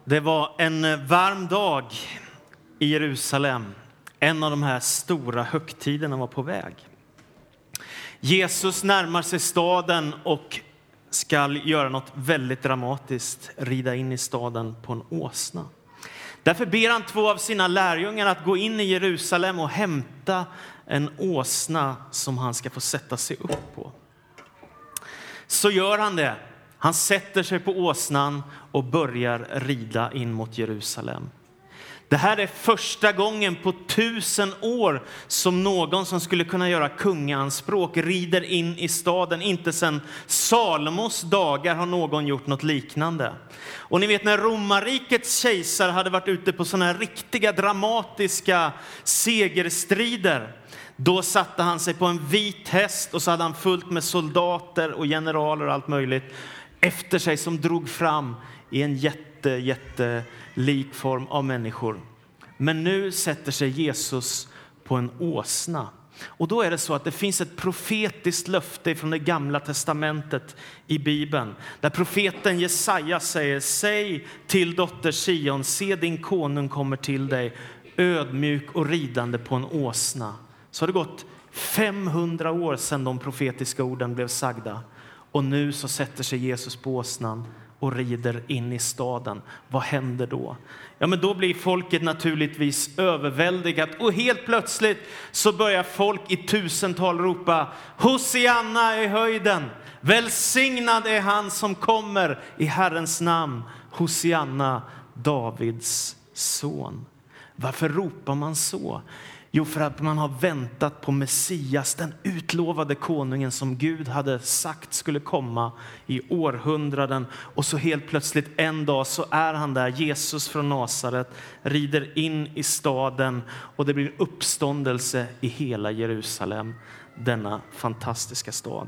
Det var en varm dag i Jerusalem. En av de här stora högtiderna var på väg. Jesus närmar sig staden och ska göra något väldigt dramatiskt. Rida in i staden på en åsna. Därför ber han 2 av sina lärjungar att gå in i Jerusalem och hämta en åsna som han ska få sätta sig upp på. Så gör han det. Han sätter sig på åsnan och börjar rida in mot Jerusalem. Det här är första gången på 1000 år som någon som skulle kunna göra kungaanspråk rider in i staden. Inte sedan Salomos dagar har någon gjort något liknande. Och ni vet, när romarrikets kejsare hade varit ute på sådana här riktiga dramatiska segerstrider, då satte han sig på en vit häst och så hade han fullt med soldater och generaler och allt möjligt efter sig som drog fram i en jättelik form av människor. Men nu sätter sig Jesus på en åsna. Och då är det så att det finns ett profetiskt löfte från det gamla testamentet i Bibeln. Där profeten Jesaja säger: säg till dotter Sion, se din konung kommer till dig, ödmjuk och ridande på en åsna. Så har det gått 500 år sedan de profetiska orden blev sagda. Och nu så sätter sig Jesus på åsnan och rider in i staden. Vad händer då? Ja, men då blir folket naturligtvis överväldigat. Och helt plötsligt så börjar folk i tusental ropa: Hosianna i höjden! Välsignad är han som kommer i Herrens namn. Hosianna, Davids son. Varför ropar man så? Jo, för att man har väntat på Messias, den utlovade konungen som Gud hade sagt skulle komma i århundraden. Och så helt plötsligt en dag så är han där, Jesus från Nasaret, rider in i staden och det blir uppståndelse i hela Jerusalem, denna fantastiska stad.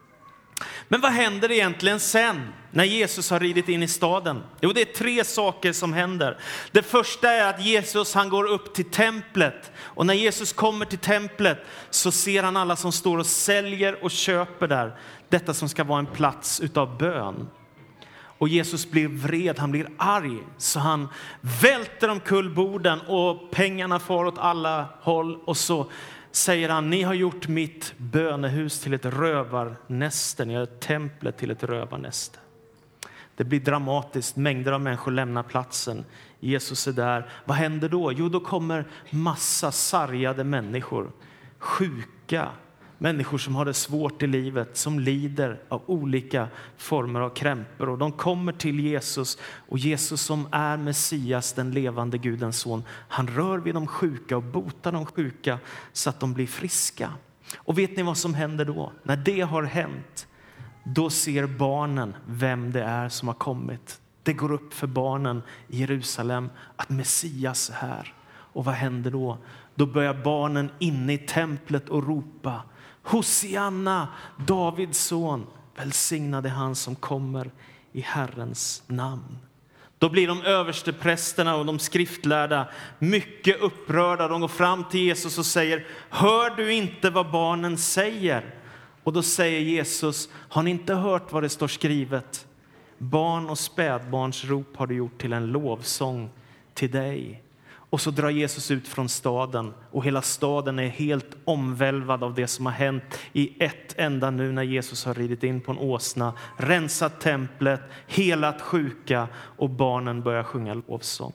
Men vad händer egentligen sen när Jesus har ridit in i staden? Jo, det är 3 saker som händer. Det första är att Jesus, han går upp till templet. Och när Jesus kommer till templet så ser han alla som står och säljer och köper där. Detta som ska vara en plats utav bön. Och Jesus blir vred, han blir arg. Så han välter omkull borden och pengarna far åt alla håll. Och så säger han: ni har gjort mitt bönehus till ett rövarnäste. Ni har gjort templet till ett rövarnäste. Det blir dramatiskt. Mängder av människor lämnar platsen. Jesus är där. Vad händer då? Jo, då kommer massa sargade människor. Sjuka. Människor som har det svårt i livet. Som lider av olika former av krämpor. Och de kommer till Jesus. Och Jesus som är Messias, den levande Gudens son. Han rör vid de sjuka och botar de sjuka så att de blir friska. Och vet ni vad som händer då? När det har hänt, då ser barnen vem det är som har kommit. Det går upp för barnen i Jerusalem att Messias är här. Och vad händer då? Då börjar barnen inne i templet och ropa: Hosianna, Davids son, välsignade han som kommer i Herrens namn. Då blir de översteprästerna och de skriftlärda mycket upprörda. De går fram till Jesus och säger: hör du inte vad barnen säger? Och då säger Jesus: har ni inte hört vad det står skrivet? Barn och spädbarns rop har du gjort till en lovsång till dig. Och så drar Jesus ut från staden och hela staden är helt omvälvad av det som har hänt i ett enda nu när Jesus har ridit in på en åsna, rensat templet, helat sjuka och barnen börjar sjunga lovsång.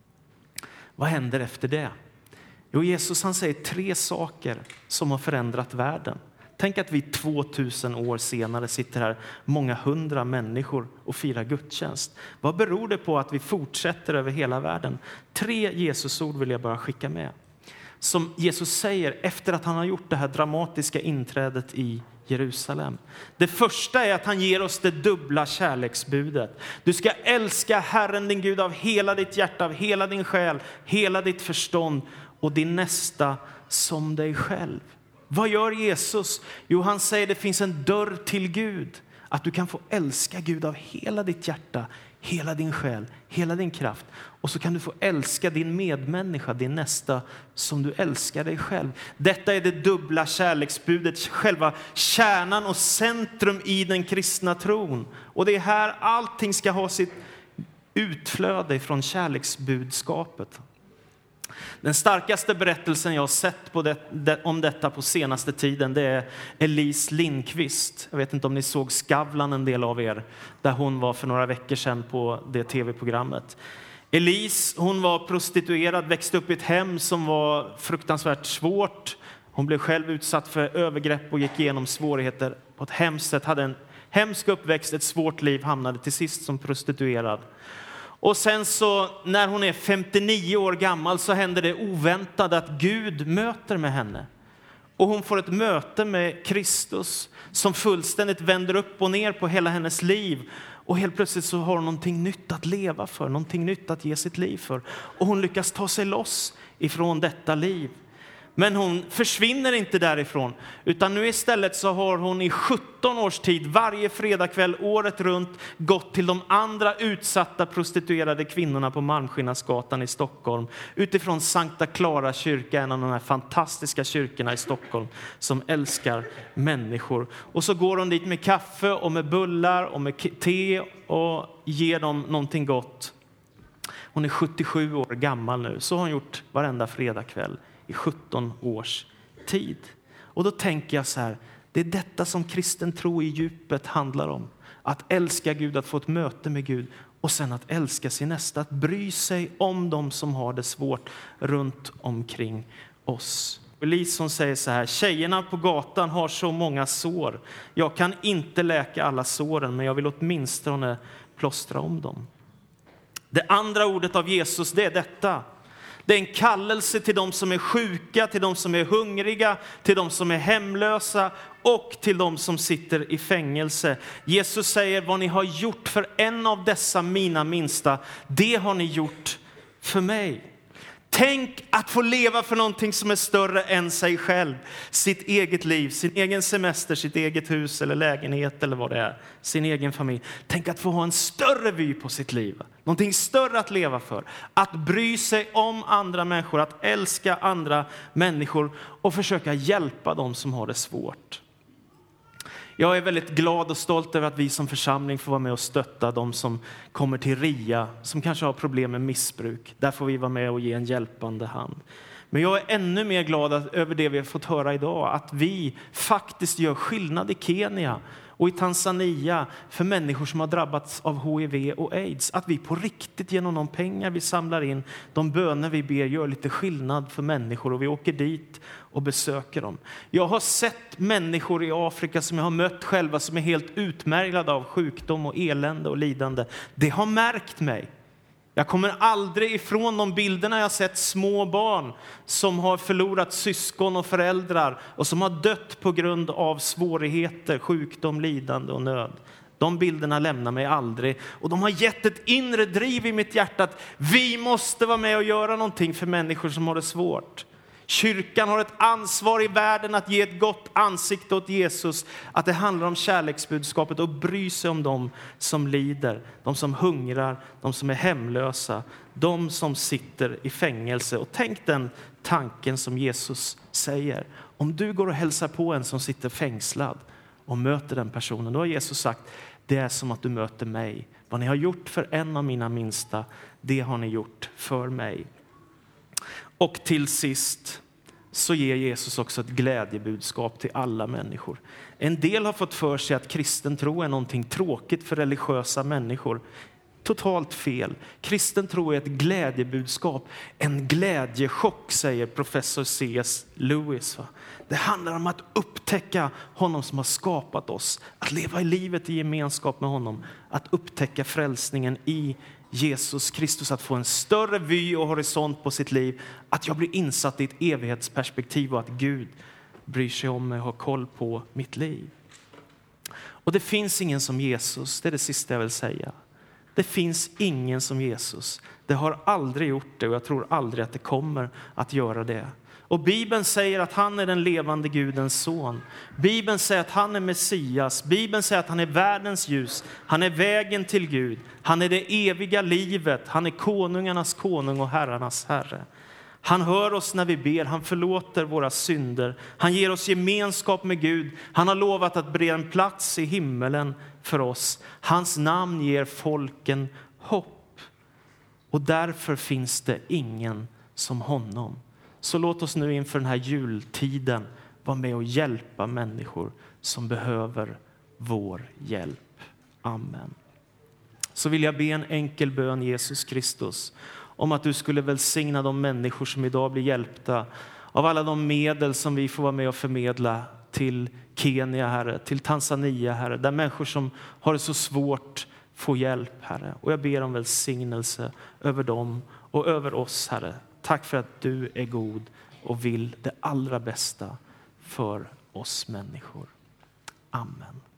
Vad händer efter det? Jo, Jesus, han säger 3 saker som har förändrat världen. Tänk att vi 2000 år senare sitter här, många 100 människor och firar gudstjänst. Vad beror det på att vi fortsätter över hela världen? 3 Jesusord vill jag bara skicka med. Som Jesus säger efter att han har gjort det här dramatiska inträdet i Jerusalem. Det första är att han ger oss det dubbla kärleksbudet. Du ska älska Herren din Gud av hela ditt hjärta, av hela din själ, hela ditt förstånd och din nästa som dig själv. Vad gör Jesus? Jo, han säger det finns en dörr till Gud. Att du kan få älska Gud av hela ditt hjärta, hela din själ, hela din kraft. Och så kan du få älska din medmänniska, din nästa, som du älskar dig själv. Detta är det dubbla kärleksbudet, själva kärnan och centrum i den kristna tron. Och det är här allting ska ha sitt utflöde från kärleksbudskapet. Den starkaste berättelsen jag har sett om detta på senaste tiden, det är Elise Lindqvist. Jag vet inte om ni såg Skavlan, en del av er, där hon var för några veckor sedan på det tv-programmet. Elise, hon var prostituerad, växte upp i ett hem som var fruktansvärt svårt. Hon blev själv utsatt för övergrepp och gick igenom svårigheter på ett hemskt sätt. Hade en hemsk uppväxt, ett svårt liv, hamnade till sist som prostituerad. Och sen så när hon är 59 år gammal så händer det oväntade att Gud möter med henne. Och hon får ett möte med Kristus som fullständigt vänder upp och ner på hela hennes liv. Och helt plötsligt så har hon någonting nytt att leva för, någonting nytt att ge sitt liv för. Och hon lyckas ta sig loss ifrån detta liv. Men hon försvinner inte därifrån, utan nu istället så har hon i 17 års tid varje fredagkväll året runt gått till de andra utsatta prostituerade kvinnorna på Malmskillnadsgatan i Stockholm. Utifrån Sankta Clara kyrka, en av de här fantastiska kyrkorna i Stockholm som älskar människor. Och så går hon dit med kaffe och med bullar och med te och ger dem någonting gott. Hon är 77 år gammal nu, så har hon gjort varenda fredagkväll i 17 års tid. Och då tänker jag så här, det är detta som kristen tro i djupet handlar om. Att älska Gud, att få ett möte med Gud och sen att älska sin nästa. Att bry sig om dem som har det svårt runt omkring oss. Elise säger så här, tjejerna på gatan har så många sår. Jag kan inte läka alla såren, men jag vill åtminstone plåstra om dem. Det andra ordet av Jesus, det är detta. Det är en kallelse till de som är sjuka, till de som är hungriga, till de som är hemlösa och till de som sitter i fängelse. Jesus säger, vad ni har gjort för en av dessa mina minsta, det har ni gjort för mig. Tänk att få leva för någonting som är större än sig själv. Sitt eget liv, sin egen semester, sitt eget hus eller lägenhet eller vad det är. Sin egen familj. Tänk att få ha en större vy på sitt liv. Någonting större att leva för. Att bry sig om andra människor. Att älska andra människor och försöka hjälpa dem som har det svårt. Jag är väldigt glad och stolt över att vi som församling får vara med och stötta de som kommer till RIA, som kanske har problem med missbruk. Där får vi vara med och ge en hjälpande hand. Men jag är ännu mer glad över det vi har fått höra idag, att vi faktiskt gör skillnad i Kenya och i Tanzania för människor som har drabbats av HIV och AIDS. Att vi på riktigt genom de pengar vi samlar in, de böner vi ber, gör lite skillnad för människor och vi åker dit och besöker dem. Jag har sett människor i Afrika som jag har mött själva som är helt utmärglade av sjukdom och elände och lidande. Det har märkt mig. Jag kommer aldrig ifrån de bilderna jag sett, små barn som har förlorat syskon och föräldrar och som har dött på grund av svårigheter, sjukdom, lidande och nöd. De bilderna lämnar mig aldrig och de har gett ett inre driv i mitt hjärta att vi måste vara med och göra någonting för människor som har det svårt. Kyrkan har ett ansvar i världen att ge ett gott ansikte åt Jesus. Att det handlar om kärleksbudskapet och bry sig om dem som lider. De som hungrar, de som är hemlösa. De som sitter i fängelse. Och tänk den tanken som Jesus säger. Om du går och hälsar på en som sitter fängslad och möter den personen. Då har Jesus sagt, det är som att du möter mig. Vad ni har gjort för en av mina minsta, det har ni gjort för mig. Och till sist så ger Jesus också ett glädjebudskap till alla människor. En del har fått för sig att kristen tro är någonting tråkigt för religiösa människor. Totalt fel. Kristen tro är ett glädjebudskap. En glädjechock, säger professor C.S. Lewis. Det handlar om att upptäcka honom som har skapat oss. Att leva i livet i gemenskap med honom. Att upptäcka frälsningen i Jesus Kristus, att få en större vy och horisont på sitt liv. Att jag blir insatt i ett evighetsperspektiv och att Gud bryr sig om mig och har koll på mitt liv. Och det finns ingen som Jesus, det är det sista jag vill säga. Det finns ingen som Jesus. Det har aldrig gjort det och jag tror aldrig att det kommer att göra det. Och Bibeln säger att han är den levande Gudens son. Bibeln säger att han är Messias. Bibeln säger att han är världens ljus. Han är vägen till Gud. Han är det eviga livet. Han är konungarnas konung och herrarnas herre. Han hör oss när vi ber. Han förlåter våra synder. Han ger oss gemenskap med Gud. Han har lovat att bereda en plats i himmelen för oss. Hans namn ger folken hopp. Och därför finns det ingen som honom. Så låt oss nu inför den här jultiden vara med och hjälpa människor som behöver vår hjälp. Amen. Så vill jag be en enkel bön, Jesus Kristus, om att du skulle välsigna de människor som idag blir hjälpta av alla de medel som vi får vara med och förmedla till Kenya, Herre, till Tanzania, Herre, där människor som har det så svårt får hjälp, Herre. Och jag ber om välsignelse över dem och över oss, Herre. Tack för att du är god och vill det allra bästa för oss människor. Amen.